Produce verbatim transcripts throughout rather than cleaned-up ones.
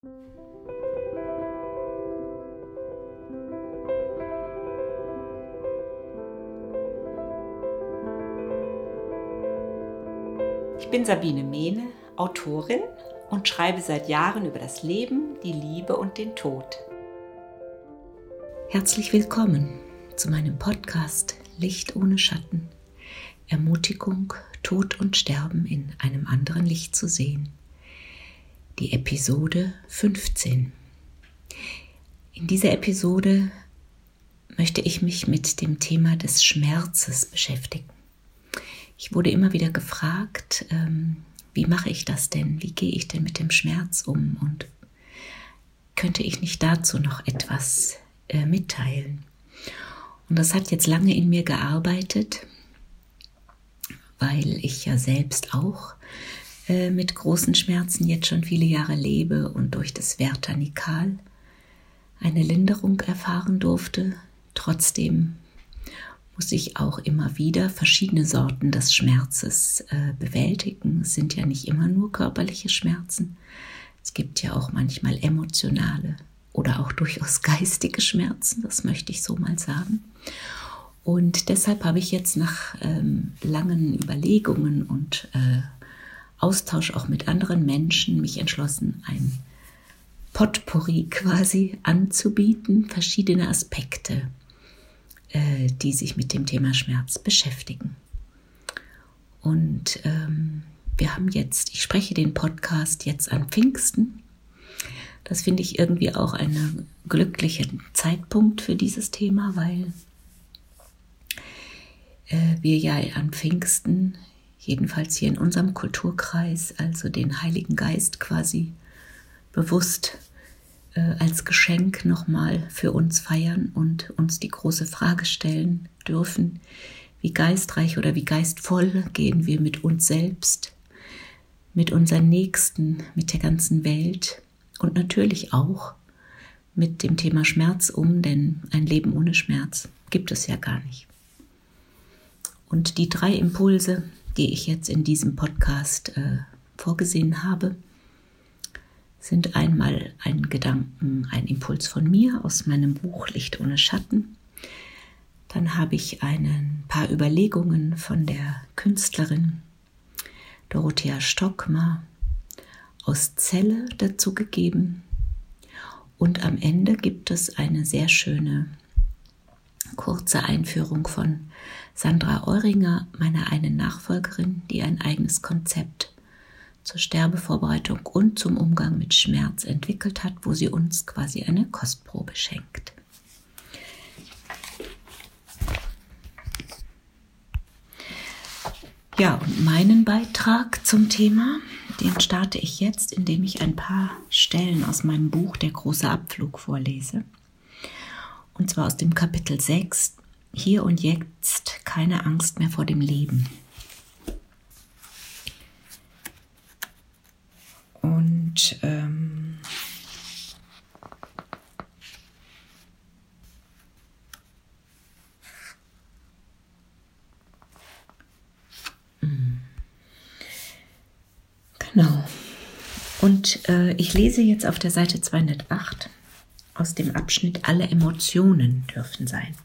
Ich bin Sabine Mehne, Autorin und schreibe seit Jahren über das Leben, die Liebe und den Tod. Herzlich willkommen zu meinem Podcast Licht ohne Schatten. Ermutigung, Tod und Sterben in einem anderen Licht zu sehen. Die Episode fünfzehn. In dieser Episode möchte ich mich mit dem Thema des Schmerzes beschäftigen. Ich wurde immer wieder gefragt, ähm, wie mache ich das denn? Wie gehe ich denn mit dem Schmerz um? Und könnte ich nicht dazu noch etwas äh, mitteilen? Und das hat jetzt lange in mir gearbeitet, weil ich ja selbst auch äh, mit großen Schmerzen jetzt schon viele Jahre lebe und durch das Vertanikal eine Linderung erfahren durfte. Trotzdem muss ich auch immer wieder verschiedene Sorten des Schmerzes äh, bewältigen. Es sind ja nicht immer nur körperliche Schmerzen. Es gibt ja auch manchmal emotionale oder auch durchaus geistige Schmerzen, das möchte ich so mal sagen. Und deshalb habe ich jetzt nach ähm, langen Überlegungen und äh, Austausch auch mit anderen Menschen mich entschlossen, ein Potpourri quasi anzubieten, verschiedene Aspekte, die sich mit dem Thema Schmerz beschäftigen. Und ähm, wir haben jetzt, ich spreche den Podcast jetzt an Pfingsten. Das finde ich irgendwie auch einen glücklichen Zeitpunkt für dieses Thema, weil äh, wir ja an Pfingsten, jedenfalls hier in unserem Kulturkreis, also den Heiligen Geist quasi bewusst als Geschenk nochmal für uns feiern und uns die große Frage stellen dürfen, wie geistreich oder wie geistvoll gehen wir mit uns selbst, mit unseren Nächsten, mit der ganzen Welt und natürlich auch mit dem Thema Schmerz um, denn ein Leben ohne Schmerz gibt es ja gar nicht. Und die drei Impulse, die ich jetzt in diesem Podcast äh, vorgesehen habe, sind einmal ein Gedanken, ein Impuls von mir aus meinem Buch Licht ohne Schatten. Dann habe ich ein paar Überlegungen von der Künstlerin Dorothea Stockmar aus Celle dazu gegeben. Und am Ende gibt es eine sehr schöne kurze Einführung von Sandra Euringer, meiner einen Nachfolgerin, die ein eigenes Konzept zur Sterbevorbereitung und zum Umgang mit Schmerz entwickelt hat, wo sie uns quasi eine Kostprobe schenkt. Ja, und meinen Beitrag zum Thema, den starte ich jetzt, indem ich ein paar Stellen aus meinem Buch Der große Abflug vorlese. Und zwar aus dem Kapitel sechs, Hier und jetzt keine Angst mehr vor dem Leben. Und ähm, genau. Und äh, ich lese jetzt auf der Seite zweihundertacht aus dem Abschnitt Alle Emotionen dürfen sein.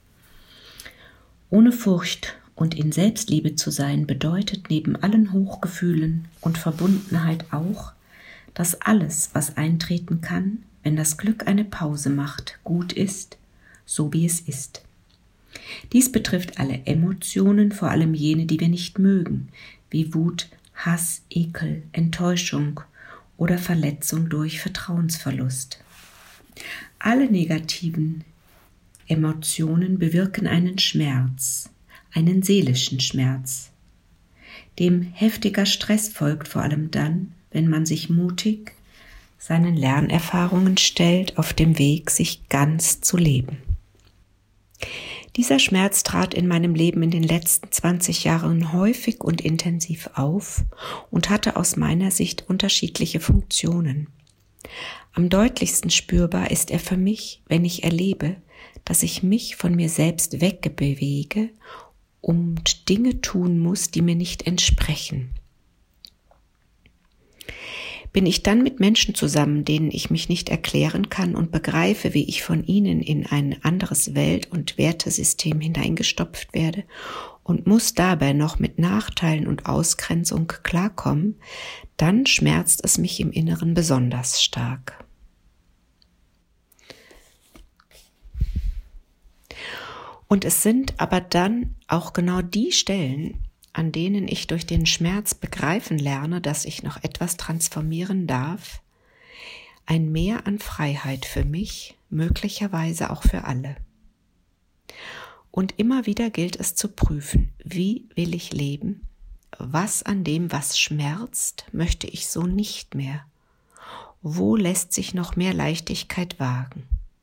Ohne Furcht und in Selbstliebe zu sein bedeutet neben allen Hochgefühlen und Verbundenheit auch, dass alles, was eintreten kann, wenn das Glück eine Pause macht, gut ist, so wie es ist. Dies betrifft alle Emotionen, vor allem jene, die wir nicht mögen, wie Wut, Hass, Ekel, Enttäuschung oder Verletzung durch Vertrauensverlust. Alle negativen Emotionen bewirken einen Schmerz, einen seelischen Schmerz. Dem heftiger Stress folgt vor allem dann, wenn man sich mutig seinen Lernerfahrungen stellt, auf dem Weg, sich ganz zu leben. Dieser Schmerz trat in meinem Leben in den letzten zwanzig Jahren häufig und intensiv auf und hatte aus meiner Sicht unterschiedliche Funktionen. Am deutlichsten spürbar ist er für mich, wenn ich erlebe, dass ich mich von mir selbst wegbewege und Dinge tun muss, die mir nicht entsprechen. Bin ich dann mit Menschen zusammen, denen ich mich nicht erklären kann und begreife, wie ich von ihnen in ein anderes Welt- und Wertesystem hineingestopft werde und muss dabei noch mit Nachteilen und Ausgrenzung klarkommen, dann schmerzt es mich im Inneren besonders stark. Und es sind aber dann auch genau die Stellen, an denen ich durch den Schmerz begreifen lerne, dass ich noch etwas transformieren darf, ein Mehr an Freiheit für mich, möglicherweise auch für alle. Und immer wieder gilt es zu prüfen, wie will ich leben, was an dem, was schmerzt, möchte ich so nicht mehr, wo lässt sich noch mehr Leichtigkeit wagen.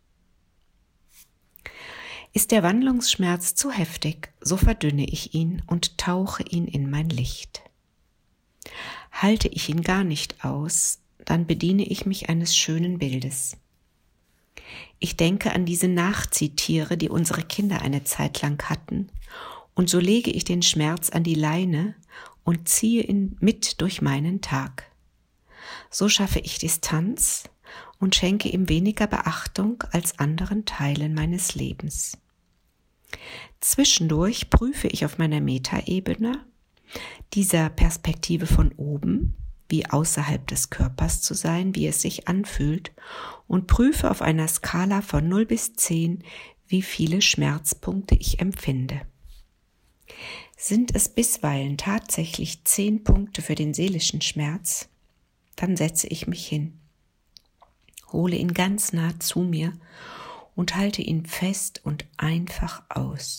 Ist der Wandlungsschmerz zu heftig, so verdünne ich ihn und tauche ihn in mein Licht. Halte ich ihn gar nicht aus, dann bediene ich mich eines schönen Bildes. Ich denke an diese Nachziehtiere, die unsere Kinder eine Zeit lang hatten, und so lege ich den Schmerz an die Leine und ziehe ihn mit durch meinen Tag. So schaffe ich Distanz und schenke ihm weniger Beachtung als anderen Teilen meines Lebens. Zwischendurch prüfe ich auf meiner Metaebene, dieser Perspektive von oben, wie außerhalb des Körpers zu sein, wie es sich anfühlt, und prüfe auf einer Skala von null bis zehn, wie viele Schmerzpunkte ich empfinde. Sind es bisweilen tatsächlich zehn Punkte für den seelischen Schmerz, dann setze ich mich hin, hole ihn ganz nah zu mir und halte ihn fest und einfach aus.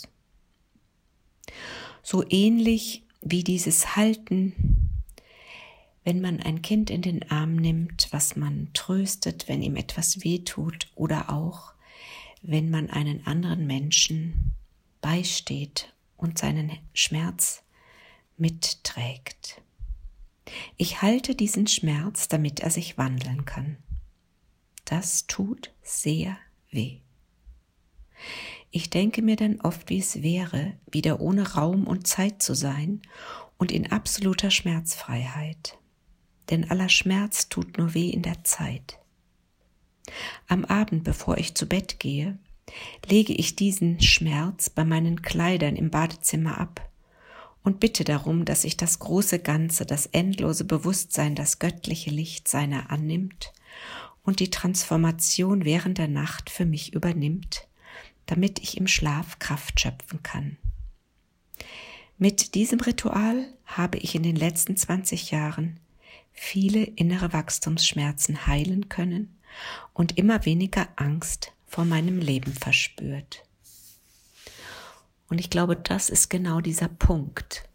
So ähnlich wie dieses Halten, wenn man ein Kind in den Arm nimmt, was man tröstet, wenn ihm etwas wehtut, oder auch, wenn man einen anderen Menschen beisteht und seinen Schmerz mitträgt. Ich halte diesen Schmerz, damit er sich wandeln kann. Das tut sehr weh. Ich denke mir dann oft, wie es wäre, wieder ohne Raum und Zeit zu sein und in absoluter Schmerzfreiheit. Denn aller Schmerz tut nur weh in der Zeit. Am Abend, bevor ich zu Bett gehe, lege ich diesen Schmerz bei meinen Kleidern im Badezimmer ab und bitte darum, dass sich das große Ganze, das endlose Bewusstsein, das göttliche Licht seiner annimmt und die Transformation während der Nacht für mich übernimmt, damit ich im Schlaf Kraft schöpfen kann. Mit diesem Ritual habe ich in den letzten zwanzig Jahren viele innere Wachstumsschmerzen heilen können und immer weniger Angst vor meinem Leben verspürt. Und ich glaube, das ist genau dieser Punkt.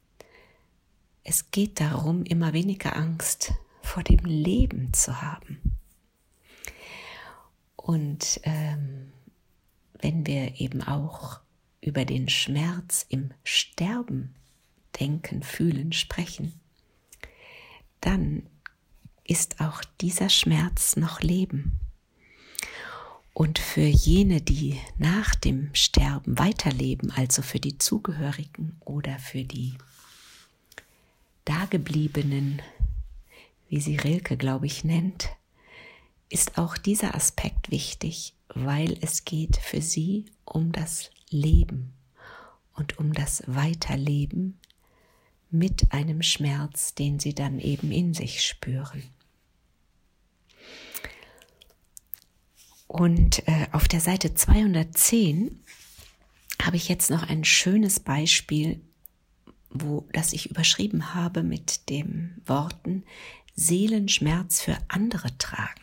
Es geht darum, immer weniger Angst vor dem Leben zu haben. Und ähm, wenn wir eben auch über den Schmerz im Sterben denken, fühlen, sprechen, dann ist auch dieser Schmerz noch Leben. Und für jene, die nach dem Sterben weiterleben, also für die Zugehörigen oder für die Dagebliebenen, wie sie Rilke, glaube ich, nennt, ist auch dieser Aspekt wichtig, weil es geht für sie um das Leben und um das Weiterleben mit einem Schmerz, den sie dann eben in sich spüren. Und äh, auf der Seite zweihundertzehn habe ich jetzt noch ein schönes Beispiel, wo das ich überschrieben habe mit den Worten Seelenschmerz für andere tragen.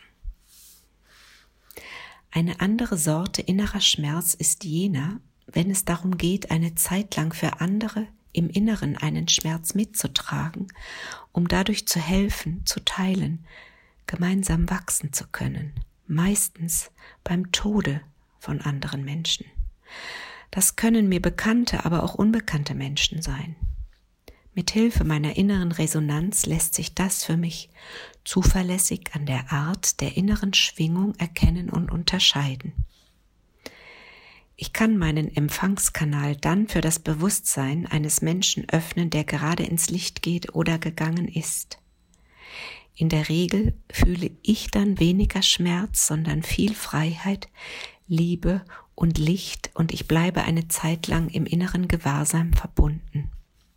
Eine andere Sorte innerer Schmerz ist jener, wenn es darum geht, eine Zeit lang für andere im Inneren einen Schmerz mitzutragen, um dadurch zu helfen, zu teilen, gemeinsam wachsen zu können, meistens beim Tode von anderen Menschen. Das können mir bekannte, aber auch unbekannte Menschen sein. Mit Hilfe meiner inneren Resonanz lässt sich das für mich zuverlässig an der Art der inneren Schwingung erkennen und unterscheiden. Ich kann meinen Empfangskanal dann für das Bewusstsein eines Menschen öffnen, der gerade ins Licht geht oder gegangen ist. In der Regel fühle ich dann weniger Schmerz, sondern viel Freiheit, Liebe und Licht, und ich bleibe eine Zeit lang im inneren Gewahrsam verbunden.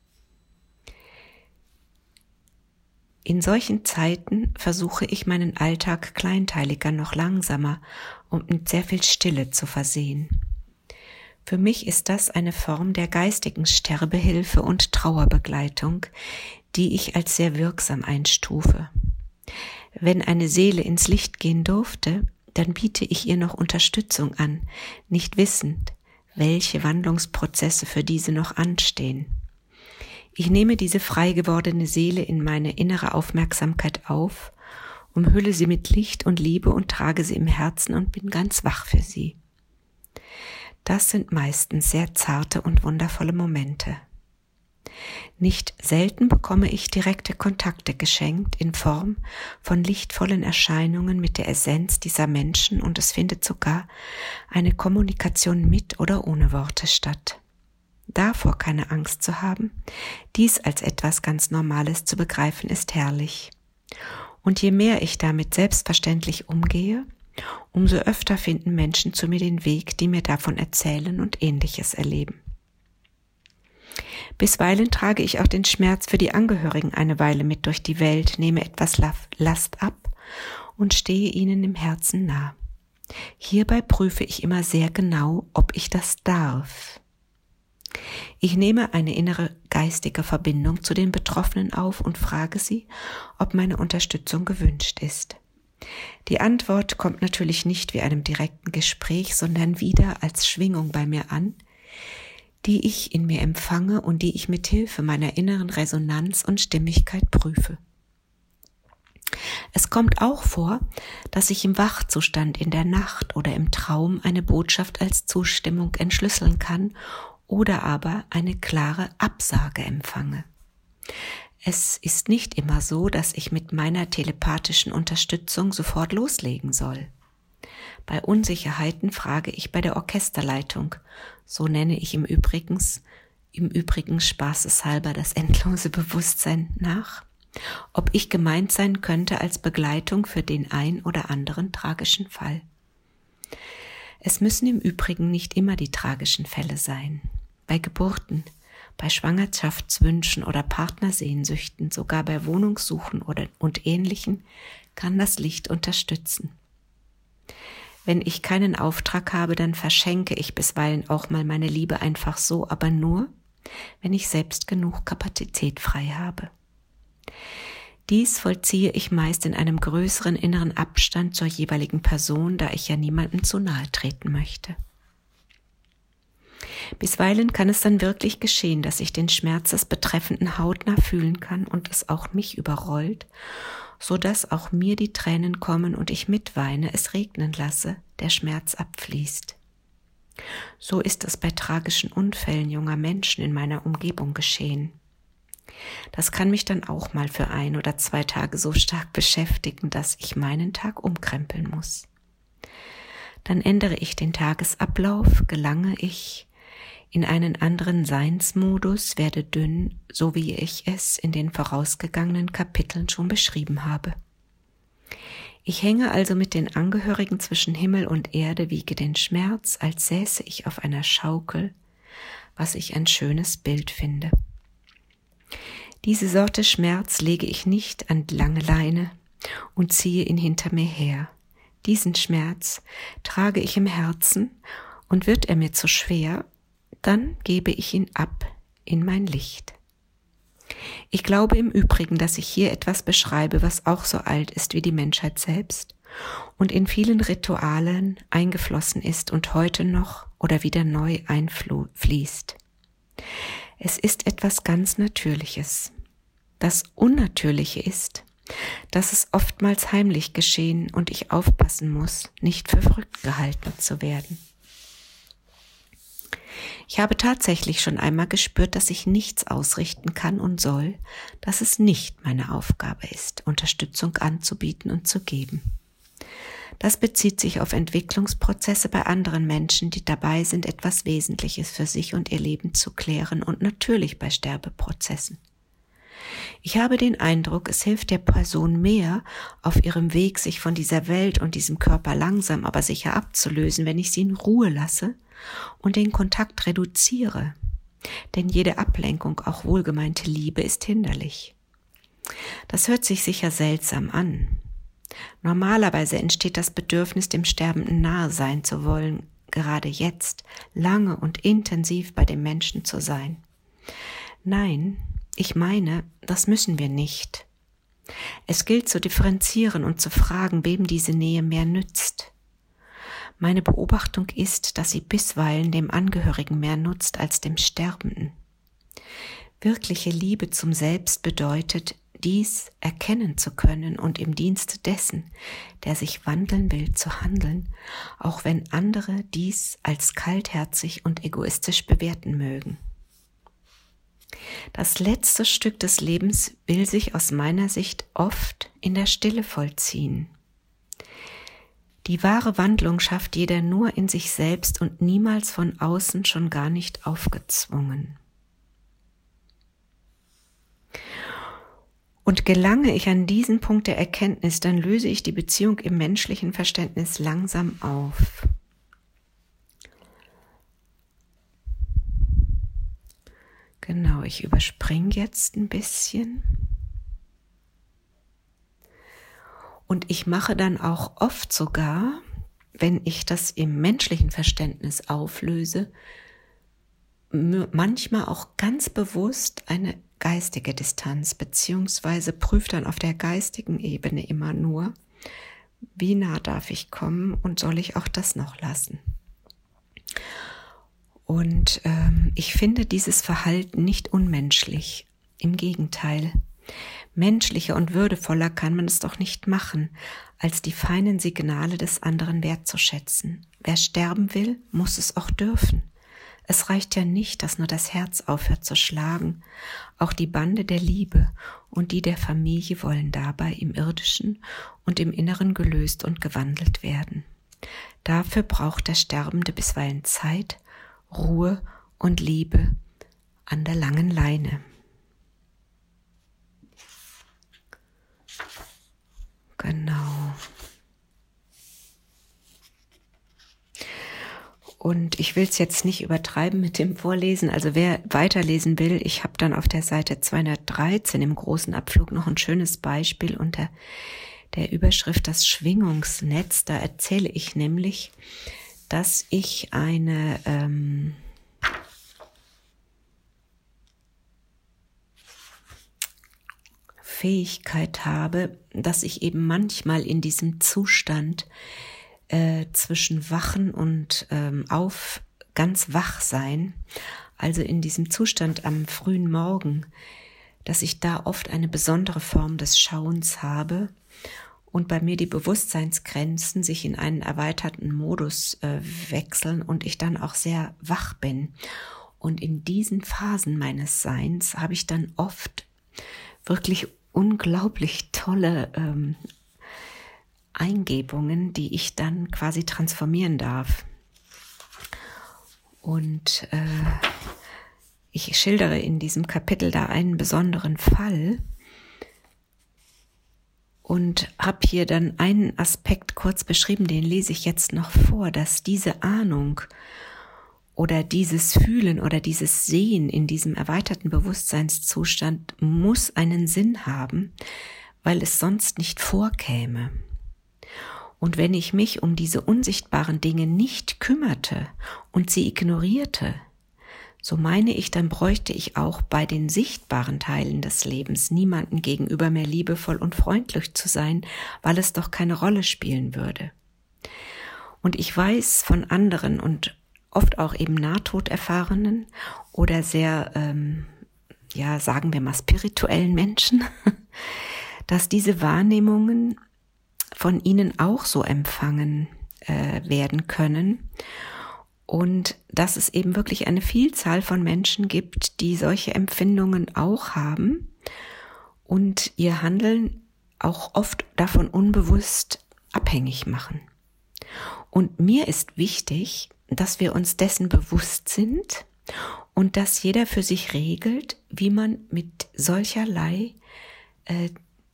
In solchen Zeiten versuche ich meinen Alltag kleinteiliger, noch langsamer und mit sehr viel Stille zu versehen. Für mich ist das eine Form der geistigen Sterbehilfe und Trauerbegleitung, die ich als sehr wirksam einstufe. Wenn eine Seele ins Licht gehen durfte, dann biete ich ihr noch Unterstützung an, nicht wissend, welche Wandlungsprozesse für diese noch anstehen. Ich nehme diese frei gewordene Seele in meine innere Aufmerksamkeit auf, umhülle sie mit Licht und Liebe und trage sie im Herzen und bin ganz wach für sie. Das sind meistens sehr zarte und wundervolle Momente. Nicht selten bekomme ich direkte Kontakte geschenkt in Form von lichtvollen Erscheinungen mit der Essenz dieser Menschen, und es findet sogar eine Kommunikation mit oder ohne Worte statt. Davor keine Angst zu haben, dies als etwas ganz Normales zu begreifen, ist herrlich. Und je mehr ich damit selbstverständlich umgehe, umso öfter finden Menschen zu mir den Weg, die mir davon erzählen und Ähnliches erleben. Bisweilen trage ich auch den Schmerz für die Angehörigen eine Weile mit durch die Welt, nehme etwas Last ab und stehe ihnen im Herzen nah. Hierbei prüfe ich immer sehr genau, ob ich das darf. Ich nehme eine innere geistige Verbindung zu den Betroffenen auf und frage sie, ob meine Unterstützung gewünscht ist. Die Antwort kommt natürlich nicht wie einem direkten Gespräch, sondern wieder als Schwingung bei mir an, die ich in mir empfange und die ich mit Hilfe meiner inneren Resonanz und Stimmigkeit prüfe. Es kommt auch vor, dass ich im Wachzustand in der Nacht oder im Traum eine Botschaft als Zustimmung entschlüsseln kann oder aber eine klare Absage empfange. Es ist nicht immer so, dass ich mit meiner telepathischen Unterstützung sofort loslegen soll. Bei Unsicherheiten frage ich bei der Orchesterleitung, so nenne ich im Übrigen, im Übrigen spaßeshalber das endlose Bewusstsein, nach, ob ich gemeint sein könnte als Begleitung für den ein oder anderen tragischen Fall. Es müssen im Übrigen nicht immer die tragischen Fälle sein. Bei Geburten, bei Schwangerschaftswünschen oder Partnersehnsüchten, sogar bei Wohnungssuchen oder und Ähnlichem kann das Licht unterstützen. Wenn ich keinen Auftrag habe, dann verschenke ich bisweilen auch mal meine Liebe einfach so, aber nur, wenn ich selbst genug Kapazität frei habe. Dies vollziehe ich meist in einem größeren inneren Abstand zur jeweiligen Person, da ich ja niemandem zu nahe treten möchte. Bisweilen kann es dann wirklich geschehen, dass ich den Schmerz des Betreffenden hautnah fühlen kann und es auch mich überrollt, so dass auch mir die Tränen kommen und ich mitweine, es regnen lasse, der Schmerz abfließt. So ist es bei tragischen Unfällen junger Menschen in meiner Umgebung geschehen. Das kann mich dann auch mal für ein oder zwei Tage so stark beschäftigen, dass ich meinen Tag umkrempeln muss. Dann ändere ich den Tagesablauf, gelange ich in einen anderen Seinsmodus, werde dünn, so wie ich es in den vorausgegangenen Kapiteln schon beschrieben habe. Ich hänge also mit den Angehörigen zwischen Himmel und Erde, wiege den Schmerz, als säße ich auf einer Schaukel, was ich ein schönes Bild finde. Diese Sorte Schmerz lege ich nicht an die lange Leine und ziehe ihn hinter mir her. Diesen Schmerz trage ich im Herzen, und wird er mir zu schwer, dann gebe ich ihn ab in mein Licht. Ich glaube im Übrigen, dass ich hier etwas beschreibe, was auch so alt ist wie die Menschheit selbst und in vielen Ritualen eingeflossen ist und heute noch oder wieder neu einfließt. Es ist etwas ganz Natürliches. Das Unnatürliche ist, dass es oftmals heimlich geschehen und ich aufpassen muss, nicht für verrückt gehalten zu werden. Ich habe tatsächlich schon einmal gespürt, dass ich nichts ausrichten kann und soll, dass es nicht meine Aufgabe ist, Unterstützung anzubieten und zu geben. Das bezieht sich auf Entwicklungsprozesse bei anderen Menschen, die dabei sind, etwas Wesentliches für sich und ihr Leben zu klären, und natürlich bei Sterbeprozessen. Ich habe den Eindruck, es hilft der Person mehr, auf ihrem Weg sich von dieser Welt und diesem Körper langsam, aber sicher abzulösen, wenn ich sie in Ruhe lasse und den Kontakt reduziere. Denn jede Ablenkung, auch wohlgemeinte Liebe, ist hinderlich. Das hört sich sicher seltsam an. Normalerweise entsteht das Bedürfnis, dem Sterbenden nahe sein zu wollen, gerade jetzt, lange und intensiv bei dem Menschen zu sein. Nein, ich meine, das müssen wir nicht. Es gilt zu differenzieren und zu fragen, wem diese Nähe mehr nützt. Meine Beobachtung ist, dass sie bisweilen dem Angehörigen mehr nutzt als dem Sterbenden. Wirkliche Liebe zum Selbst bedeutet, dies erkennen zu können und im Dienst dessen, der sich wandeln will, zu handeln, auch wenn andere dies als kaltherzig und egoistisch bewerten mögen. Das letzte Stück des Lebens will sich aus meiner Sicht oft in der Stille vollziehen. Die wahre Wandlung schafft jeder nur in sich selbst und niemals von außen, schon gar nicht aufgezwungen. Und gelange ich an diesen Punkt der Erkenntnis, dann löse ich die Beziehung im menschlichen Verständnis langsam auf. Genau, ich überspringe jetzt ein bisschen. Und ich mache dann auch oft sogar, wenn ich das im menschlichen Verständnis auflöse, manchmal auch ganz bewusst eine geistige Distanz, beziehungsweise prüfe dann auf der geistigen Ebene immer nur, wie nah darf ich kommen und soll ich auch das noch lassen. Und ähm, ich finde dieses Verhalten nicht unmenschlich, im Gegenteil. Menschlicher und würdevoller kann man es doch nicht machen, als die feinen Signale des anderen wertzuschätzen. Wer sterben will, muss es auch dürfen. Es reicht ja nicht, dass nur das Herz aufhört zu schlagen. Auch die Bande der Liebe und die der Familie wollen dabei im Irdischen und im Inneren gelöst und gewandelt werden. Dafür braucht der Sterbende bisweilen Zeit, Ruhe und Liebe an der langen Leine. Genau. Und ich will es jetzt nicht übertreiben mit dem Vorlesen. Also wer weiterlesen will, ich habe dann auf der Seite zweihundertdreizehn im großen Abflug noch ein schönes Beispiel unter der Überschrift Das Schwingungsnetz. Da erzähle ich nämlich, dass ich eine ähm, Fähigkeit habe, dass ich eben manchmal in diesem Zustand äh, zwischen Wachen und ähm, auf ganz wach sein, also in diesem Zustand am frühen Morgen, dass ich da oft eine besondere Form des Schauens habe und bei mir die Bewusstseinsgrenzen sich in einen erweiterten Modus äh, wechseln und ich dann auch sehr wach bin. Und in diesen Phasen meines Seins habe ich dann oft wirklich unglaublich tolle ähm, Eingebungen, die ich dann quasi transformieren darf. Und äh, ich schildere in diesem Kapitel da einen besonderen Fall und habe hier dann einen Aspekt kurz beschrieben, den lese ich jetzt noch vor, dass diese Ahnung oder dieses Fühlen oder dieses Sehen in diesem erweiterten Bewusstseinszustand muss einen Sinn haben, weil es sonst nicht vorkäme. Und wenn ich mich um diese unsichtbaren Dinge nicht kümmerte und sie ignorierte, so meine ich, dann bräuchte ich auch bei den sichtbaren Teilen des Lebens niemanden gegenüber mehr liebevoll und freundlich zu sein, weil es doch keine Rolle spielen würde. Und ich weiß von anderen und oft auch eben Nahtoderfahrenen oder sehr, ähm, ja, sagen wir mal spirituellen Menschen, dass diese Wahrnehmungen von ihnen auch so empfangen äh, werden können und dass es eben wirklich eine Vielzahl von Menschen gibt, die solche Empfindungen auch haben und ihr Handeln auch oft davon unbewusst abhängig machen. Und mir ist wichtig, dass wir uns dessen bewusst sind und dass jeder für sich regelt, wie man mit solcherlei äh,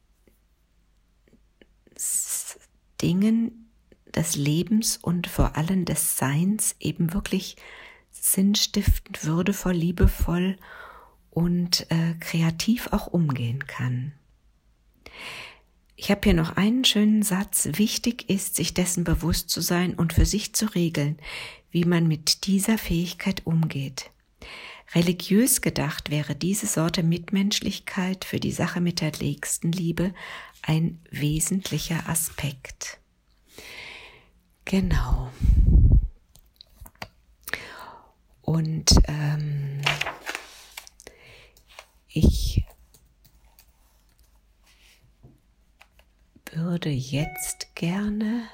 Dingen des Lebens und vor allem des Seins eben wirklich sinnstiftend, würdevoll, liebevoll und äh, kreativ auch umgehen kann. Ich habe hier noch einen schönen Satz. Wichtig ist, sich dessen bewusst zu sein und für sich zu regeln, wie man mit dieser Fähigkeit umgeht. Religiös gedacht wäre diese Sorte Mitmenschlichkeit für die Sache mit der Nächstenliebe ein wesentlicher Aspekt. Genau. Und ähm, ich würde jetzt gerne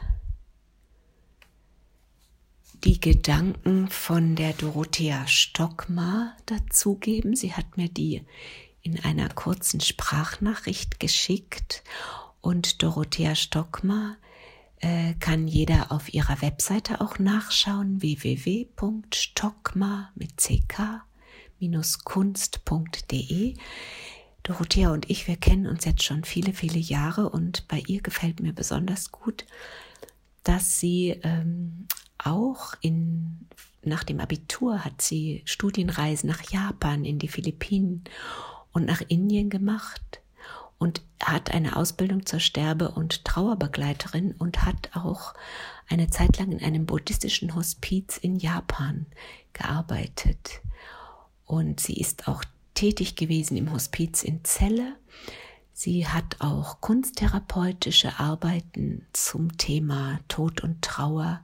die Gedanken von der Dorothea Stockmar dazugeben. Sie hat mir die in einer kurzen Sprachnachricht geschickt und Dorothea Stockmar äh, kann jeder auf ihrer Webseite auch nachschauen, w w w punkt stockmar mit ck kunst punkt de. Dorothea und ich, wir kennen uns jetzt schon viele, viele Jahre und bei ihr gefällt mir besonders gut, dass sie ähm, auch in, nach dem Abitur hat sie Studienreisen nach Japan, in die Philippinen und nach Indien gemacht und hat eine Ausbildung zur Sterbe- und Trauerbegleiterin und hat auch eine Zeit lang in einem buddhistischen Hospiz in Japan gearbeitet. Und sie ist auch tätig gewesen im Hospiz in Celle. Sie hat auch kunsttherapeutische Arbeiten zum Thema Tod und Trauer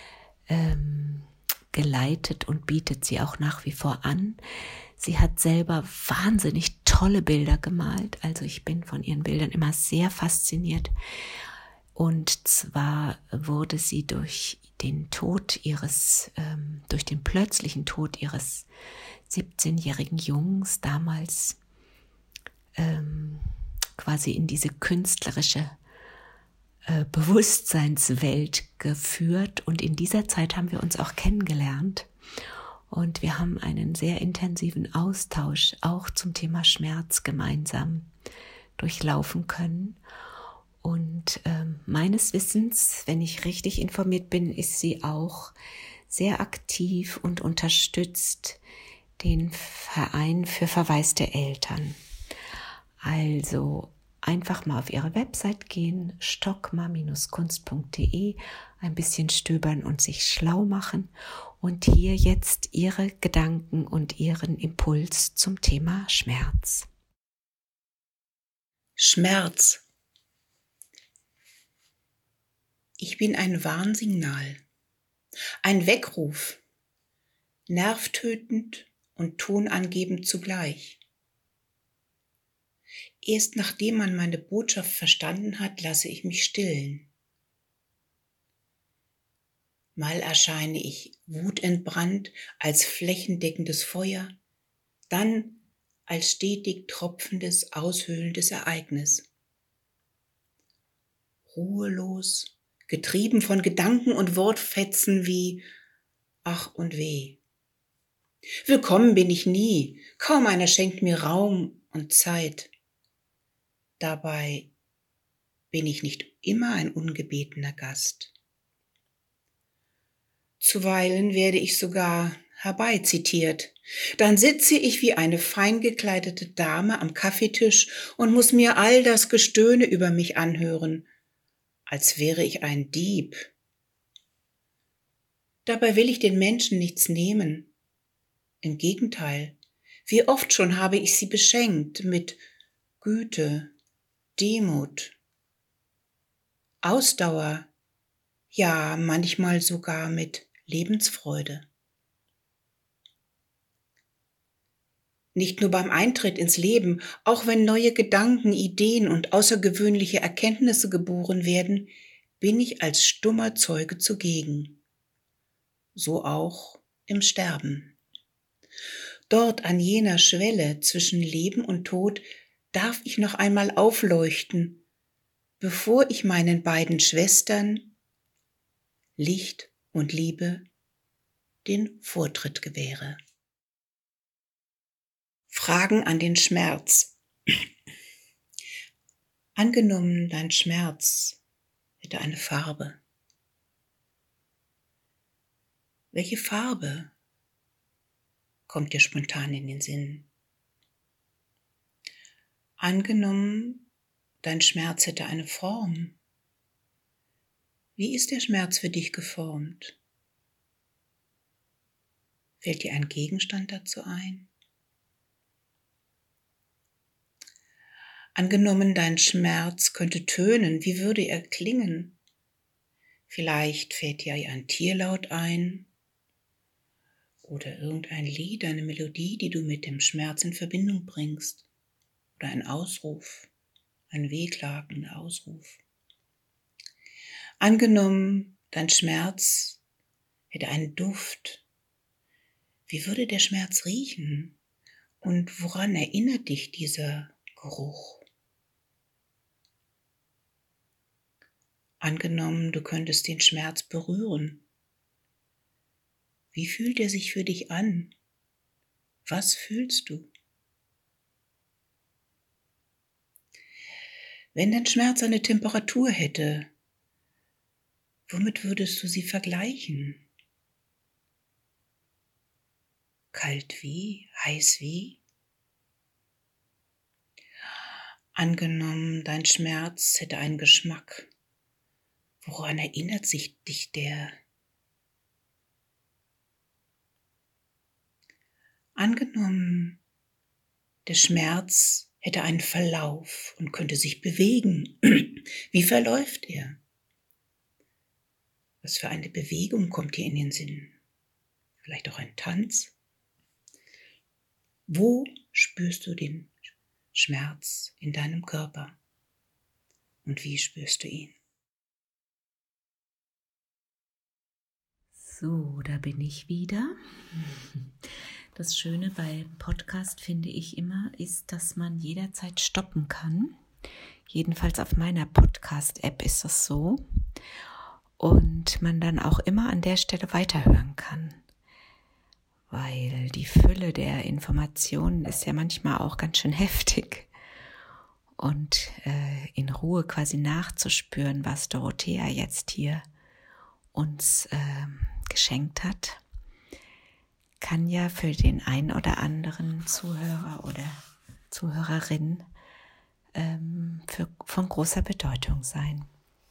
ähm, geleitet und bietet sie auch nach wie vor an. Sie hat selber wahnsinnig tolle Bilder gemalt. Also ich bin von ihren Bildern immer sehr fasziniert. Und zwar wurde sie durch den Tod ihres, ähm, durch den plötzlichen Tod ihres siebzehnjährigen Jungs damals ähm, quasi in diese künstlerische äh, Bewusstseinswelt geführt. Und in dieser Zeit haben wir uns auch kennengelernt. Und wir haben einen sehr intensiven Austausch auch zum Thema Schmerz gemeinsam durchlaufen können. Und ähm, meines Wissens, wenn ich richtig informiert bin, ist sie auch sehr aktiv und unterstützt den Verein für verwaiste Eltern. Also einfach mal auf ihre Website gehen, stockmar kunst punkt de, ein bisschen stöbern und sich schlau machen und hier jetzt ihre Gedanken und ihren Impuls zum Thema Schmerz. Schmerz. Ich bin ein Warnsignal, ein Weckruf, nervtötend und tonangebend zugleich. Erst nachdem man meine Botschaft verstanden hat, lasse ich mich stillen. Mal erscheine ich wutentbrannt als flächendeckendes Feuer, dann als stetig tropfendes, aushöhlendes Ereignis. Ruhelos, getrieben von Gedanken und Wortfetzen wie ach und weh. Willkommen bin ich nie, kaum einer schenkt mir Raum und Zeit. Dabei bin ich nicht immer ein ungebetener Gast. Zuweilen werde ich sogar herbeizitiert. Dann sitze ich wie eine fein gekleidete Dame am Kaffeetisch und muss mir all das Gestöhne über mich anhören, als wäre ich ein Dieb. Dabei will ich den Menschen nichts nehmen. Im Gegenteil, wie oft schon habe ich sie beschenkt mit Güte, Demut, Ausdauer, ja manchmal sogar mit Lebensfreude. Nicht nur beim Eintritt ins Leben, auch wenn neue Gedanken, Ideen und außergewöhnliche Erkenntnisse geboren werden, bin ich als stummer Zeuge zugegen. So auch im Sterben. Dort an jener Schwelle zwischen Leben und Tod darf ich noch einmal aufleuchten, bevor ich meinen beiden Schwestern, Licht und Liebe, den Vortritt gewähre. Fragen an den Schmerz. Angenommen, dein Schmerz hätte eine Farbe. Welche Farbe kommt dir spontan in den Sinn? Angenommen, dein Schmerz hätte eine Form. Wie ist der Schmerz für dich geformt? Fällt dir ein Gegenstand dazu ein? Angenommen, dein Schmerz könnte tönen, wie würde er klingen? Vielleicht fällt dir ein Tierlaut ein oder irgendein Lied, eine Melodie, die du mit dem Schmerz in Verbindung bringst. Oder ein Ausruf, ein wehklagender Ausruf. Angenommen, dein Schmerz hätte einen Duft. Wie würde der Schmerz riechen? Und woran erinnert dich dieser Geruch? Angenommen, du könntest den Schmerz berühren. Wie fühlt er sich für dich an? Was fühlst du? Wenn dein Schmerz eine Temperatur hätte, womit würdest du sie vergleichen? Kalt wie? Heiß wie? Angenommen, dein Schmerz hätte einen Geschmack. Woran erinnert sich dich der? Angenommen, der Schmerz hätte einen Verlauf und könnte sich bewegen. Wie verläuft er? Was für eine Bewegung kommt dir in den Sinn? Vielleicht auch ein Tanz? Wo spürst du den Schmerz in deinem Körper? Und wie spürst du ihn? So, da bin ich wieder. Das Schöne bei Podcast, finde ich immer, ist, dass man jederzeit stoppen kann. Jedenfalls auf meiner Podcast-App ist das so. Und man dann auch immer an der Stelle weiterhören kann. Weil die Fülle der Informationen ist ja manchmal auch ganz schön heftig. Und äh, in Ruhe quasi nachzuspüren, was Dorothea jetzt hier uns äh, geschenkt hat, kann ja für den ein oder anderen Zuhörer oder Zuhörerin ähm, für, von großer Bedeutung sein.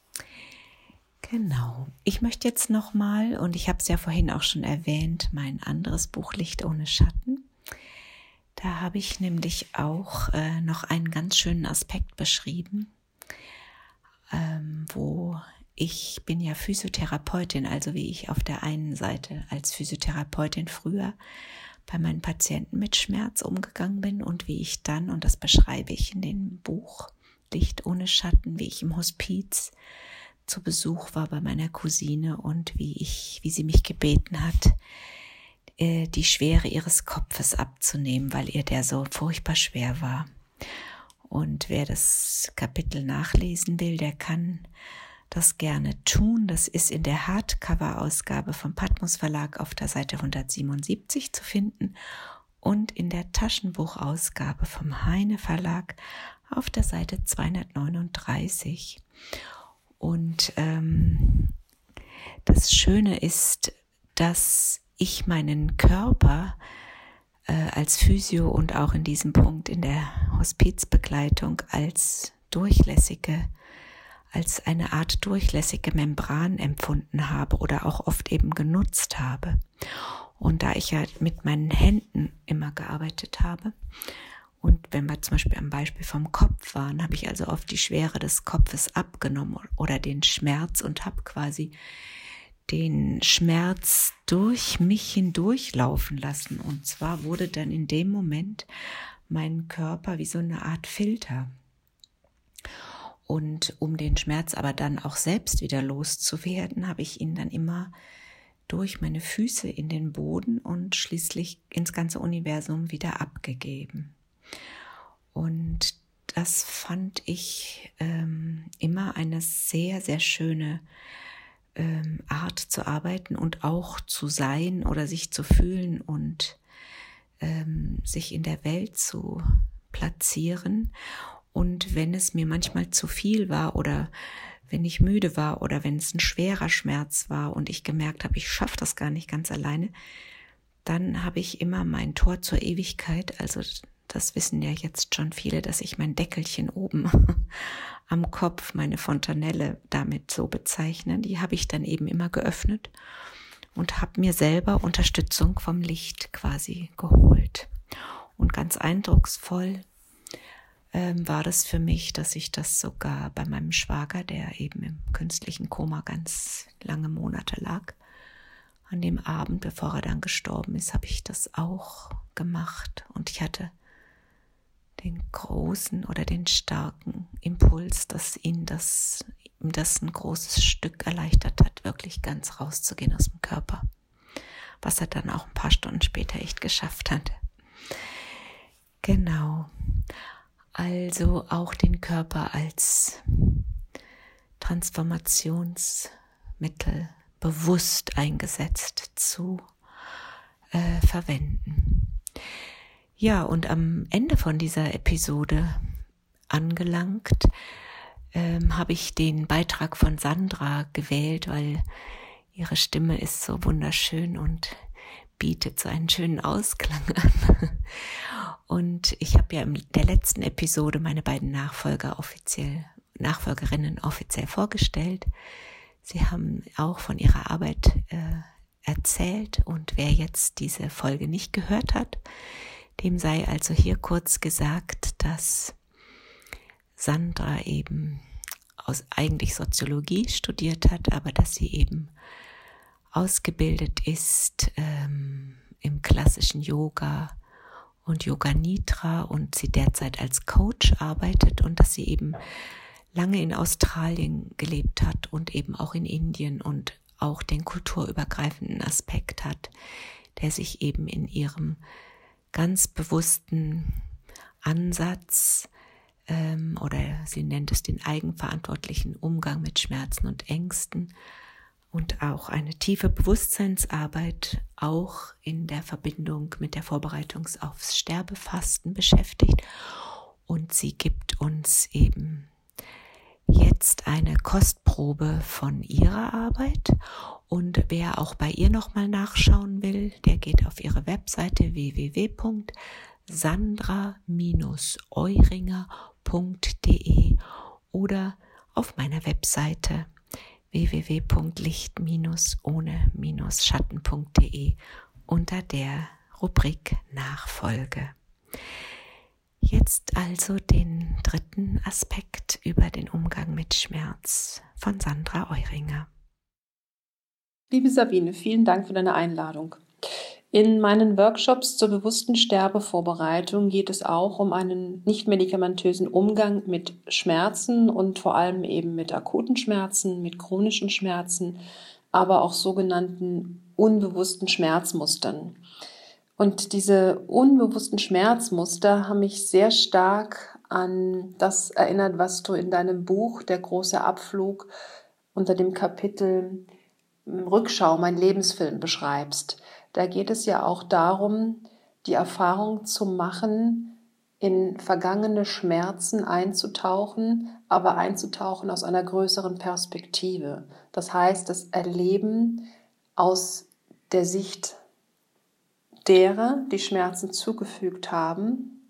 Genau. Ich möchte jetzt nochmal, und ich habe es ja vorhin auch schon erwähnt, mein anderes Buch Licht ohne Schatten. Da habe ich nämlich auch äh, noch einen ganz schönen Aspekt beschrieben, ähm, wo ich bin ja Physiotherapeutin, also wie ich auf der einen Seite als Physiotherapeutin früher bei meinen Patienten mit Schmerz umgegangen bin und wie ich dann, und das beschreibe ich in dem Buch Licht ohne Schatten, wie ich im Hospiz zu Besuch war bei meiner Cousine und wie ich, wie sie mich gebeten hat, die Schwere ihres Kopfes abzunehmen, weil ihr der so furchtbar schwer war. Und wer das Kapitel nachlesen will, der kann das gerne tun. Das ist in der Hardcover-Ausgabe vom Patmos Verlag auf der Seite hundertsiebenundsiebzig zu finden und in der Taschenbuchausgabe vom Heine Verlag auf der Seite zweihundertneununddreißig. Und ähm, das Schöne ist, dass ich meinen Körper äh, als Physio und auch in diesem Punkt in der Hospizbegleitung als durchlässige als eine Art durchlässige Membran empfunden habe oder auch oft eben genutzt habe. Und da ich ja mit meinen Händen immer gearbeitet habe und wenn wir zum Beispiel am Beispiel vom Kopf waren, habe ich also oft die Schwere des Kopfes abgenommen oder den Schmerz und habe quasi den Schmerz durch mich hindurchlaufen lassen. Und zwar wurde dann in dem Moment mein Körper wie so eine Art Filter. Und um den Schmerz aber dann auch selbst wieder loszuwerden, habe ich ihn dann immer durch meine Füße in den Boden und schließlich ins ganze Universum wieder abgegeben. Und das fand ich ähm, immer eine sehr, sehr schöne ähm, Art zu arbeiten und auch zu sein oder sich zu fühlen und ähm, sich in der Welt zu platzieren. Und wenn es mir manchmal zu viel war oder wenn ich müde war oder wenn es ein schwerer Schmerz war und ich gemerkt habe, ich schaffe das gar nicht ganz alleine, dann habe ich immer mein Tor zur Ewigkeit, also das wissen ja jetzt schon viele, dass ich mein Deckelchen oben am Kopf, meine Fontanelle damit so bezeichne, die habe ich dann eben immer geöffnet und habe mir selber Unterstützung vom Licht quasi geholt. Und ganz eindrucksvoll ähm, war das für mich, dass ich das sogar bei meinem Schwager, der eben im künstlichen Koma ganz lange Monate lag, an dem Abend, bevor er dann gestorben ist, habe ich das auch gemacht. Und ich hatte den großen oder den starken Impuls, dass ihn das, ihm das ein großes Stück erleichtert hat, wirklich ganz rauszugehen aus dem Körper. Was er dann auch ein paar Stunden später echt geschafft hat. Genau. Also auch den Körper als Transformationsmittel bewusst eingesetzt zu äh, verwenden. Ja, und am Ende von dieser Episode angelangt, ähm, habe ich den Beitrag von Sandra gewählt, weil ihre Stimme ist so wunderschön und bietet so einen schönen Ausklang an. Und ich habe ja in der letzten Episode meine beiden Nachfolger offiziell, Nachfolgerinnen offiziell vorgestellt. Sie haben auch von ihrer Arbeit äh, erzählt und wer jetzt diese Folge nicht gehört hat, dem sei also hier kurz gesagt, dass Sandra eben aus eigentlich Soziologie studiert hat, aber dass sie eben ausgebildet ist ähm, im klassischen Yoga und Yoga Nidra und sie derzeit als Coach arbeitet und dass sie eben lange in Australien gelebt hat und eben auch in Indien und auch den kulturübergreifenden Aspekt hat, der sich eben in ihrem ganz bewussten Ansatz ähm, oder sie nennt es den eigenverantwortlichen Umgang mit Schmerzen und Ängsten und auch eine tiefe Bewusstseinsarbeit auch in der Verbindung mit der Vorbereitung aufs Sterbefasten beschäftigt. Und sie gibt uns eben jetzt eine Kostprobe von ihrer Arbeit. Und wer auch bei ihr nochmal nachschauen will, der geht auf ihre Webseite w w w punkt sandra Bindestrich euringer punkt d e oder auf meiner Webseite w w w punkt licht ohne schatten punkt d e unter der Rubrik Nachfolge. Jetzt also den dritten Aspekt über den Umgang mit Schmerz von Sandra Euringer. Liebe Sabine, vielen Dank für deine Einladung. In meinen Workshops zur bewussten Sterbevorbereitung geht es auch um einen nicht-medikamentösen Umgang mit Schmerzen und vor allem eben mit akuten Schmerzen, mit chronischen Schmerzen, aber auch sogenannten unbewussten Schmerzmustern. Und diese unbewussten Schmerzmuster haben mich sehr stark an das erinnert, was du in deinem Buch Der große Abflug unter dem Kapitel Rückschau, mein Lebensfilm beschreibst. Da geht es ja auch darum, die Erfahrung zu machen, in vergangene Schmerzen einzutauchen, aber einzutauchen aus einer größeren Perspektive. Das heißt, das Erleben aus der Sicht derer, die Schmerzen zugefügt haben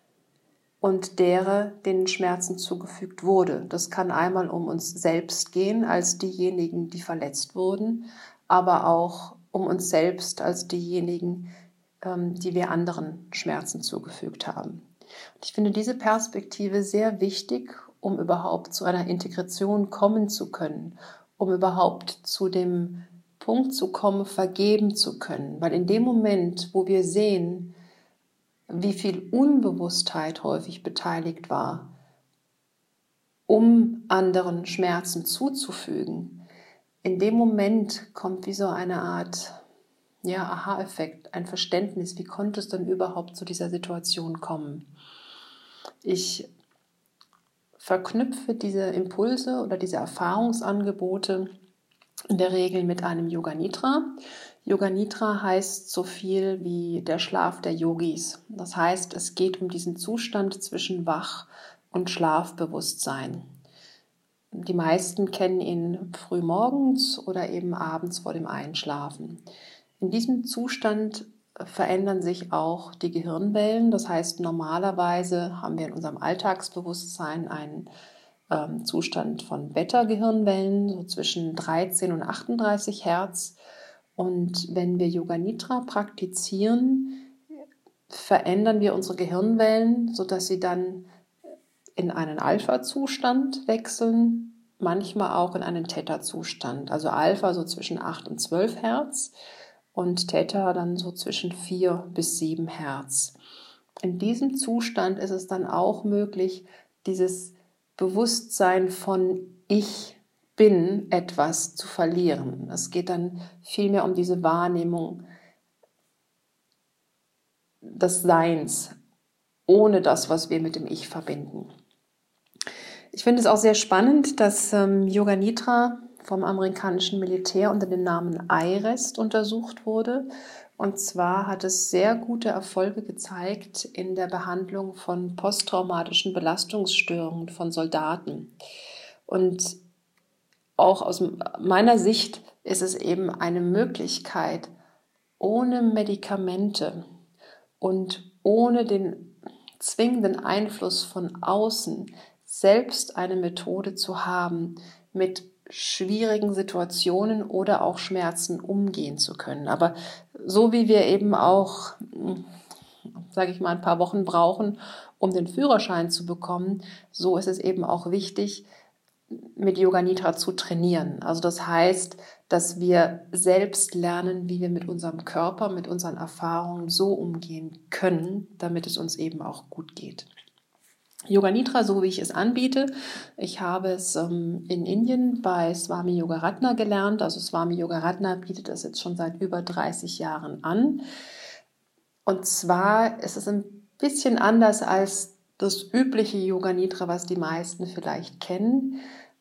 und derer, denen Schmerzen zugefügt wurde. Das kann einmal um uns selbst gehen, als diejenigen, die verletzt wurden, aber auch um uns selbst als diejenigen, die wir anderen Schmerzen zugefügt haben. Und ich finde diese Perspektive sehr wichtig, um überhaupt zu einer Integration kommen zu können, um überhaupt zu dem Punkt zu kommen, vergeben zu können. Weil in dem Moment, wo wir sehen, wie viel Unbewusstheit häufig beteiligt war, um anderen Schmerzen zuzufügen, in dem Moment kommt wie so eine Art ja, Aha-Effekt, ein Verständnis, wie konnte es denn überhaupt zu dieser Situation kommen. Ich verknüpfe diese Impulse oder diese Erfahrungsangebote in der Regel mit einem Yoga Nidra. Yoga Nidra heißt so viel wie der Schlaf der Yogis. Das heißt, es geht um diesen Zustand zwischen Wach- und Schlafbewusstsein. Die meisten kennen ihn früh morgens oder eben abends vor dem Einschlafen. In diesem Zustand verändern sich auch die Gehirnwellen. Das heißt, normalerweise haben wir in unserem Alltagsbewusstsein einen ähm, Zustand von Beta-Gehirnwellen, so zwischen dreizehn und achtunddreißig Hertz. Und wenn wir Yoga Nidra praktizieren, verändern wir unsere Gehirnwellen, sodass sie dann in einen Alpha-Zustand wechseln, manchmal auch in einen Theta-Zustand. Also Alpha so zwischen acht und zwölf Hertz und Theta dann so zwischen vier bis sieben Hertz. In diesem Zustand ist es dann auch möglich, dieses Bewusstsein von Ich bin etwas zu verlieren. Es geht dann vielmehr um diese Wahrnehmung des Seins, ohne das, was wir mit dem Ich verbinden. Ich finde es auch sehr spannend, dass ähm, Yoga Nidra vom amerikanischen Militär unter dem Namen I REST untersucht wurde. Und zwar hat es sehr gute Erfolge gezeigt in der Behandlung von posttraumatischen Belastungsstörungen von Soldaten. Und auch aus meiner Sicht ist es eben eine Möglichkeit, ohne Medikamente und ohne den zwingenden Einfluss von außen selbst eine Methode zu haben, mit schwierigen Situationen oder auch Schmerzen umgehen zu können. Aber so wie wir eben auch, sage ich mal, ein paar Wochen brauchen, um den Führerschein zu bekommen, so ist es eben auch wichtig, mit Yoga Nidra zu trainieren. Also das heißt, dass wir selbst lernen, wie wir mit unserem Körper, mit unseren Erfahrungen so umgehen können, damit es uns eben auch gut geht. Yoga Nidra, so wie ich es anbiete, ich habe es ähm, in Indien bei Swami Yogaratna gelernt. Also Swami Yogaratna bietet das jetzt schon seit über dreißig Jahren an. Und zwar ist es ein bisschen anders als das übliche Yoga Nidra, was die meisten vielleicht kennen.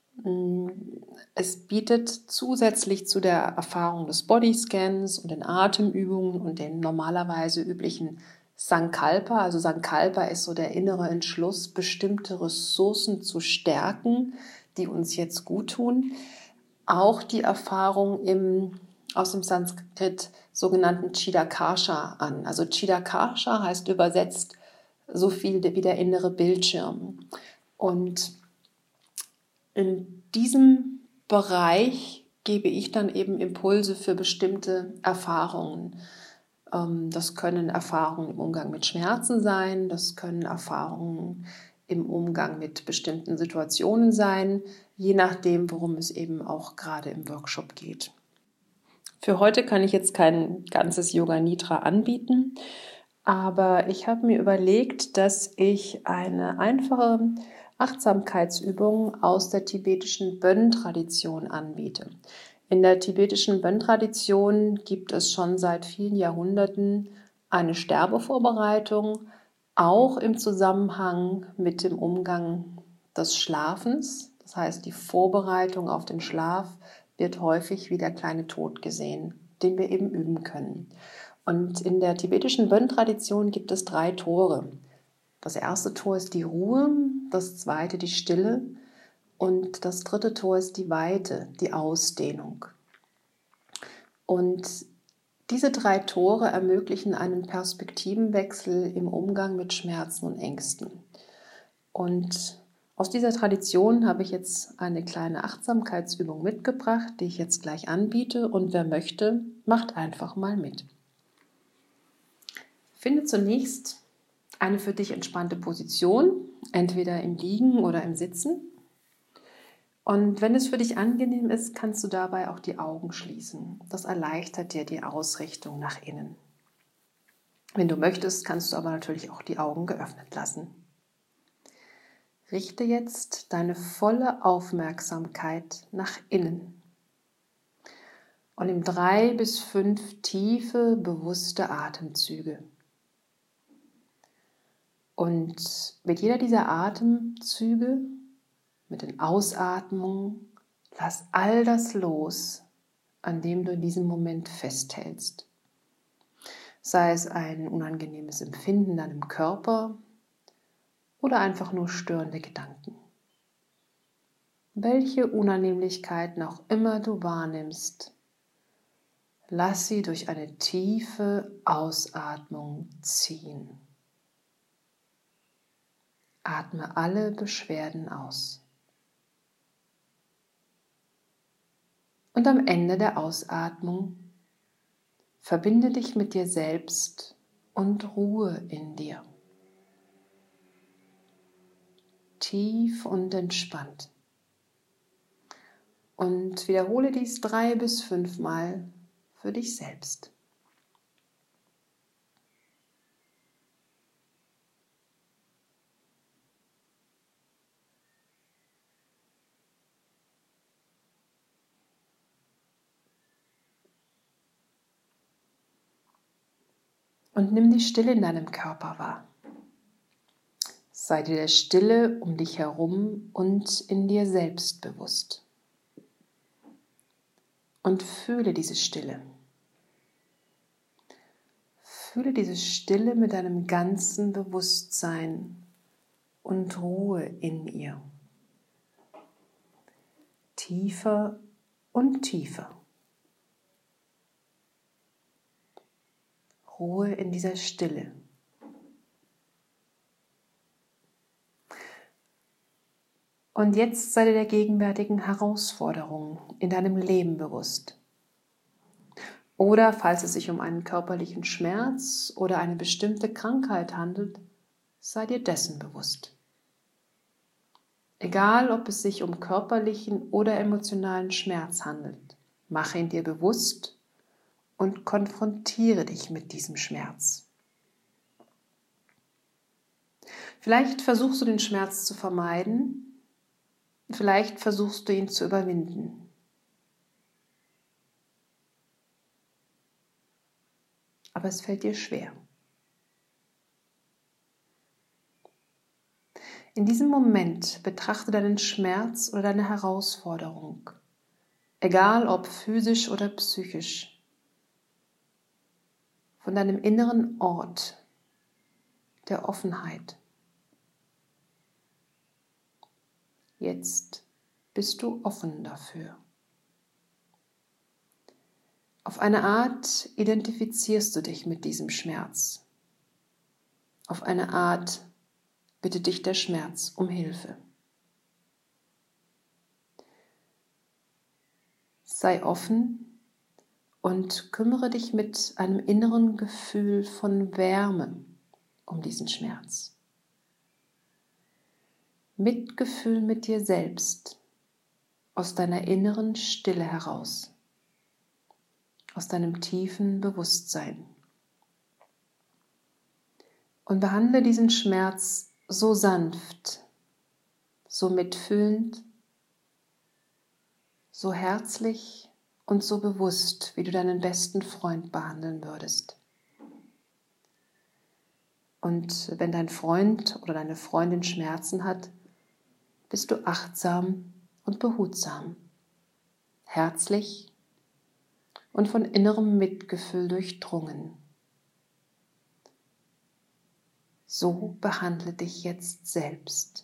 Es bietet zusätzlich zu der Erfahrung des Bodyscans und den Atemübungen und den normalerweise üblichen Sankalpa, also Sankalpa ist so der innere Entschluss, bestimmte Ressourcen zu stärken, die uns jetzt gut tun, auch die Erfahrung im, aus dem Sanskrit sogenannten Chidakasha an. Also Chidakasha heißt übersetzt so viel wie der innere Bildschirm. Und in diesem Bereich gebe ich dann eben Impulse für bestimmte Erfahrungen. Das können Erfahrungen im Umgang mit Schmerzen sein, das können Erfahrungen im Umgang mit bestimmten Situationen sein, je nachdem, worum es eben auch gerade im Workshop geht. Für heute kann ich jetzt kein ganzes Yoga Nidra anbieten, aber ich habe mir überlegt, dass ich eine einfache Achtsamkeitsübung aus der tibetischen Bön-Tradition anbiete. In der tibetischen Bön-Tradition gibt es schon seit vielen Jahrhunderten eine Sterbevorbereitung, auch im Zusammenhang mit dem Umgang des Schlafens. Das heißt, die Vorbereitung auf den Schlaf wird häufig wie der kleine Tod gesehen, den wir eben üben können. Und in der tibetischen Bön-Tradition gibt es drei Tore. Das erste Tor ist die Ruhe, das zweite die Stille und das dritte Tor ist die Weite, die Ausdehnung. Und diese drei Tore ermöglichen einen Perspektivenwechsel im Umgang mit Schmerzen und Ängsten. Und aus dieser Tradition habe ich jetzt eine kleine Achtsamkeitsübung mitgebracht, die ich jetzt gleich anbiete. Und wer möchte, macht einfach mal mit. Finde zunächst eine für dich entspannte Position, entweder im Liegen oder im Sitzen. Und wenn es für dich angenehm ist, kannst du dabei auch die Augen schließen. Das erleichtert dir die Ausrichtung nach innen. Wenn du möchtest, kannst du aber natürlich auch die Augen geöffnet lassen. Richte jetzt deine volle Aufmerksamkeit nach innen. Und nimm drei bis fünf tiefe, bewusste Atemzüge. Und mit jeder dieser Atemzüge, mit den Ausatmungen, lass all das los, an dem du in diesem Moment festhältst. Sei es ein unangenehmes Empfinden in deinem Körper oder einfach nur störende Gedanken. Welche Unannehmlichkeiten auch immer du wahrnimmst, lass sie durch eine tiefe Ausatmung ziehen. Atme alle Beschwerden aus. Und am Ende der Ausatmung verbinde dich mit dir selbst und Ruhe in dir. Tief und entspannt. Und wiederhole dies drei bis fünfmal für dich selbst. Und nimm die Stille in deinem Körper wahr. Sei dir der Stille um dich herum und in dir selbst bewusst. Und fühle diese Stille. Fühle diese Stille mit deinem ganzen Bewusstsein und Ruhe in ihr. Tiefer und tiefer. Ruhe in dieser Stille. Und jetzt sei dir der gegenwärtigen Herausforderung in deinem Leben bewusst. Oder falls es sich um einen körperlichen Schmerz oder eine bestimmte Krankheit handelt, sei dir dessen bewusst. Egal, ob es sich um körperlichen oder emotionalen Schmerz handelt, mache ihn dir bewusst und konfrontiere dich mit diesem Schmerz. Vielleicht versuchst du den Schmerz zu vermeiden, vielleicht versuchst du ihn zu überwinden. Aber es fällt dir schwer. In diesem Moment betrachte deinen Schmerz oder deine Herausforderung, egal ob physisch oder psychisch, von deinem inneren Ort der Offenheit. Jetzt bist du offen dafür. Auf eine Art identifizierst du dich mit diesem Schmerz. Auf eine Art bittet dich der Schmerz um Hilfe. Sei offen und kümmere dich mit einem inneren Gefühl von Wärme um diesen Schmerz. Mitgefühl mit dir selbst, aus deiner inneren Stille heraus, aus deinem tiefen Bewusstsein. Und behandle diesen Schmerz so sanft, so mitfühlend, so herzlich und so bewusst, wie du deinen besten Freund behandeln würdest. Und wenn dein Freund oder deine Freundin Schmerzen hat, bist du achtsam und behutsam, herzlich und von innerem Mitgefühl durchdrungen. So behandle dich jetzt selbst.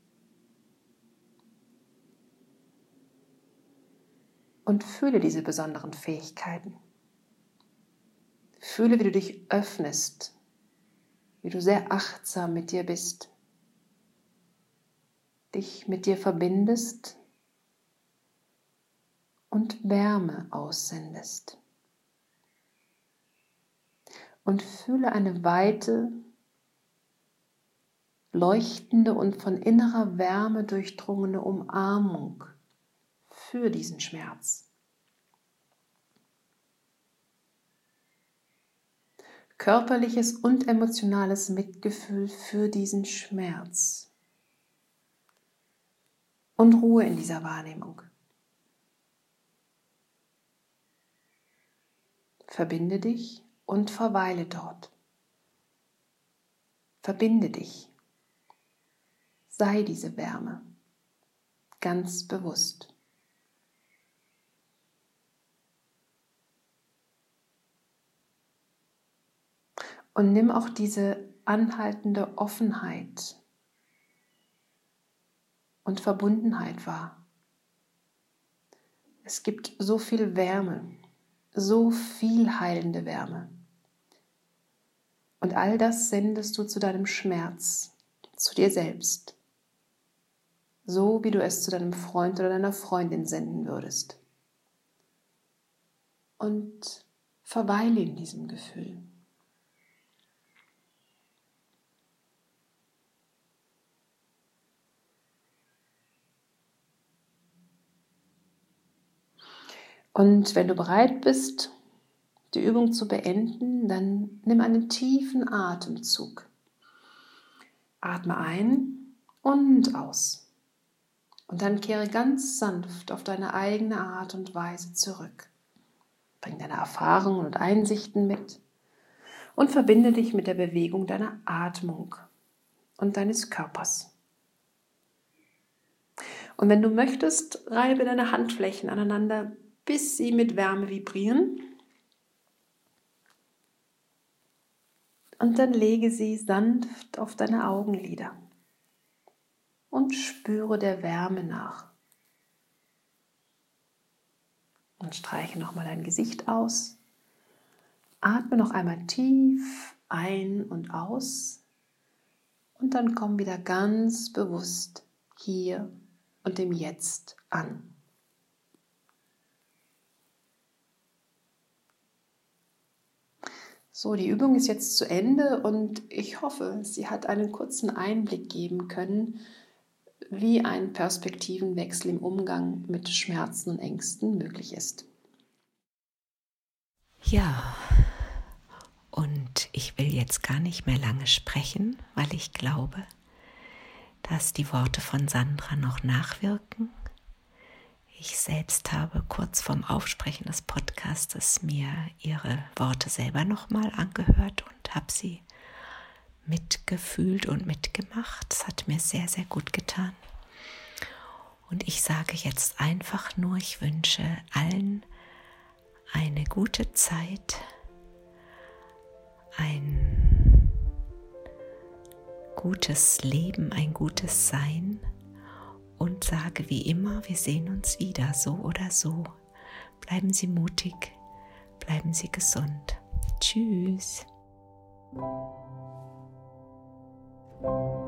Und fühle diese besonderen Fähigkeiten. Fühle, wie du dich öffnest, wie du sehr achtsam mit dir bist, dich mit dir verbindest und Wärme aussendest. Und fühle eine weite, leuchtende und von innerer Wärme durchdrungene Umarmung für diesen Schmerz. Körperliches und emotionales Mitgefühl für diesen Schmerz. Und Ruhe in dieser Wahrnehmung. Verbinde dich und verweile dort. Verbinde dich. Sei diese Wärme. Ganz bewusst. Und nimm auch diese anhaltende Offenheit und Verbundenheit wahr. Es gibt so viel Wärme, so viel heilende Wärme. Und all das sendest du zu deinem Schmerz, zu dir selbst. So wie du es zu deinem Freund oder deiner Freundin senden würdest. Und verweile in diesem Gefühl. Und wenn du bereit bist, die Übung zu beenden, dann nimm einen tiefen Atemzug. Atme ein und aus. Und dann kehre ganz sanft auf deine eigene Art und Weise zurück. Bring deine Erfahrungen und Einsichten mit und verbinde dich mit der Bewegung deiner Atmung und deines Körpers. Und wenn du möchtest, reibe deine Handflächen aneinander, bis sie mit Wärme vibrieren. Und dann lege sie sanft auf deine Augenlider und spüre der Wärme nach. Und streiche nochmal dein Gesicht aus. Atme noch einmal tief ein und aus. Und dann komm wieder ganz bewusst hier und im Jetzt an. So, die Übung ist jetzt zu Ende und ich hoffe, sie hat einen kurzen Einblick geben können, wie ein Perspektivenwechsel im Umgang mit Schmerzen und Ängsten möglich ist. Ja, und ich will jetzt gar nicht mehr lange sprechen, weil ich glaube, dass die Worte von Sandra noch nachwirken. Ich selbst habe kurz vorm Aufsprechen des Podcastes mir ihre Worte selber nochmal angehört und habe sie mitgefühlt und mitgemacht. Das hat mir sehr, sehr gut getan. Und ich sage jetzt einfach nur, ich wünsche allen eine gute Zeit, ein gutes Leben, ein gutes Sein. Und sage wie immer, wir sehen uns wieder, so oder so. Bleiben Sie mutig, bleiben Sie gesund. Tschüss.